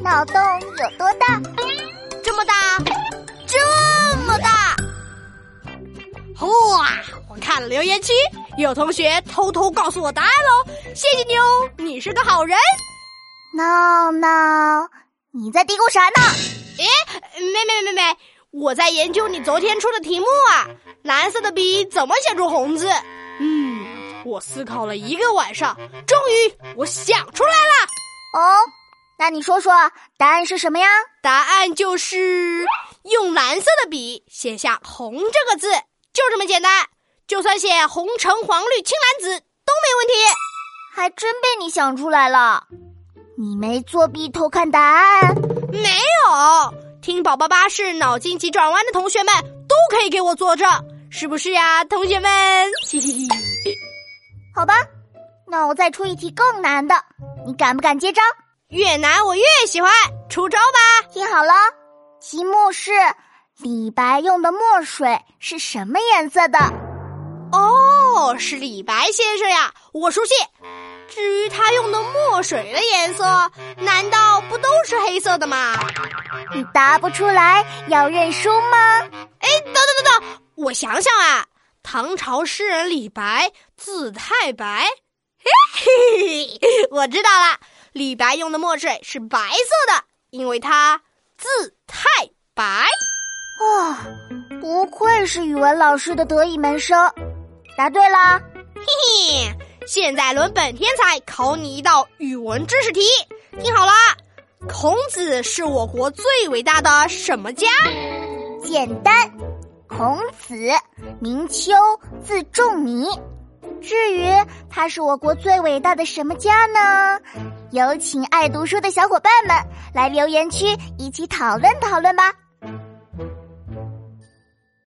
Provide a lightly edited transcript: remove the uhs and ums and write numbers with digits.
脑洞有多大？ 这么大，这么大！哇！我看了留言区，有同学偷偷告诉我答案喽，谢谢你哦，你是个好人。 闹闹，你在嘀咕啥呢？ 没，我在研究你昨天出的题目啊，蓝色的笔怎么写出红字？我思考了1个晚上，终于我想出来了。 哦，那你说说答案是什么呀？ 答案就是用蓝色的笔写下红这个字，就这么简单，就算写红橙黄绿青蓝紫都没问题。 还真被你想出来了，你没作弊偷看答案？ 没有，听宝宝巴士脑筋急转弯的同学们都可以给我作证，是不是呀，同学们？嘿嘿嘿。 好吧，那我再出一题更难的，你敢不敢接招？ 越难我越喜欢，出招吧！ 听好了，题目是李白用的墨水是什么颜色的？ 哦，是李白先生呀，我熟悉。至于他用的墨水的颜色，难道不都是黑色的吗？ 你答不出来要认输吗？ 等，我想想啊，唐朝诗人李白字太白，嘿，我知道了，李白用的墨水是白色的，因为他字太白。 哇，不愧是语文老师的得意门生，答对了。 嘿嘿，现在轮本天才考你一道语文知识题，听好了，孔子是我国最伟大的什么家？ 简单，孔子名丘，字仲尼。至于他是我国最伟大的什么家呢？有请爱读书的小伙伴们来留言区一起讨论讨论吧。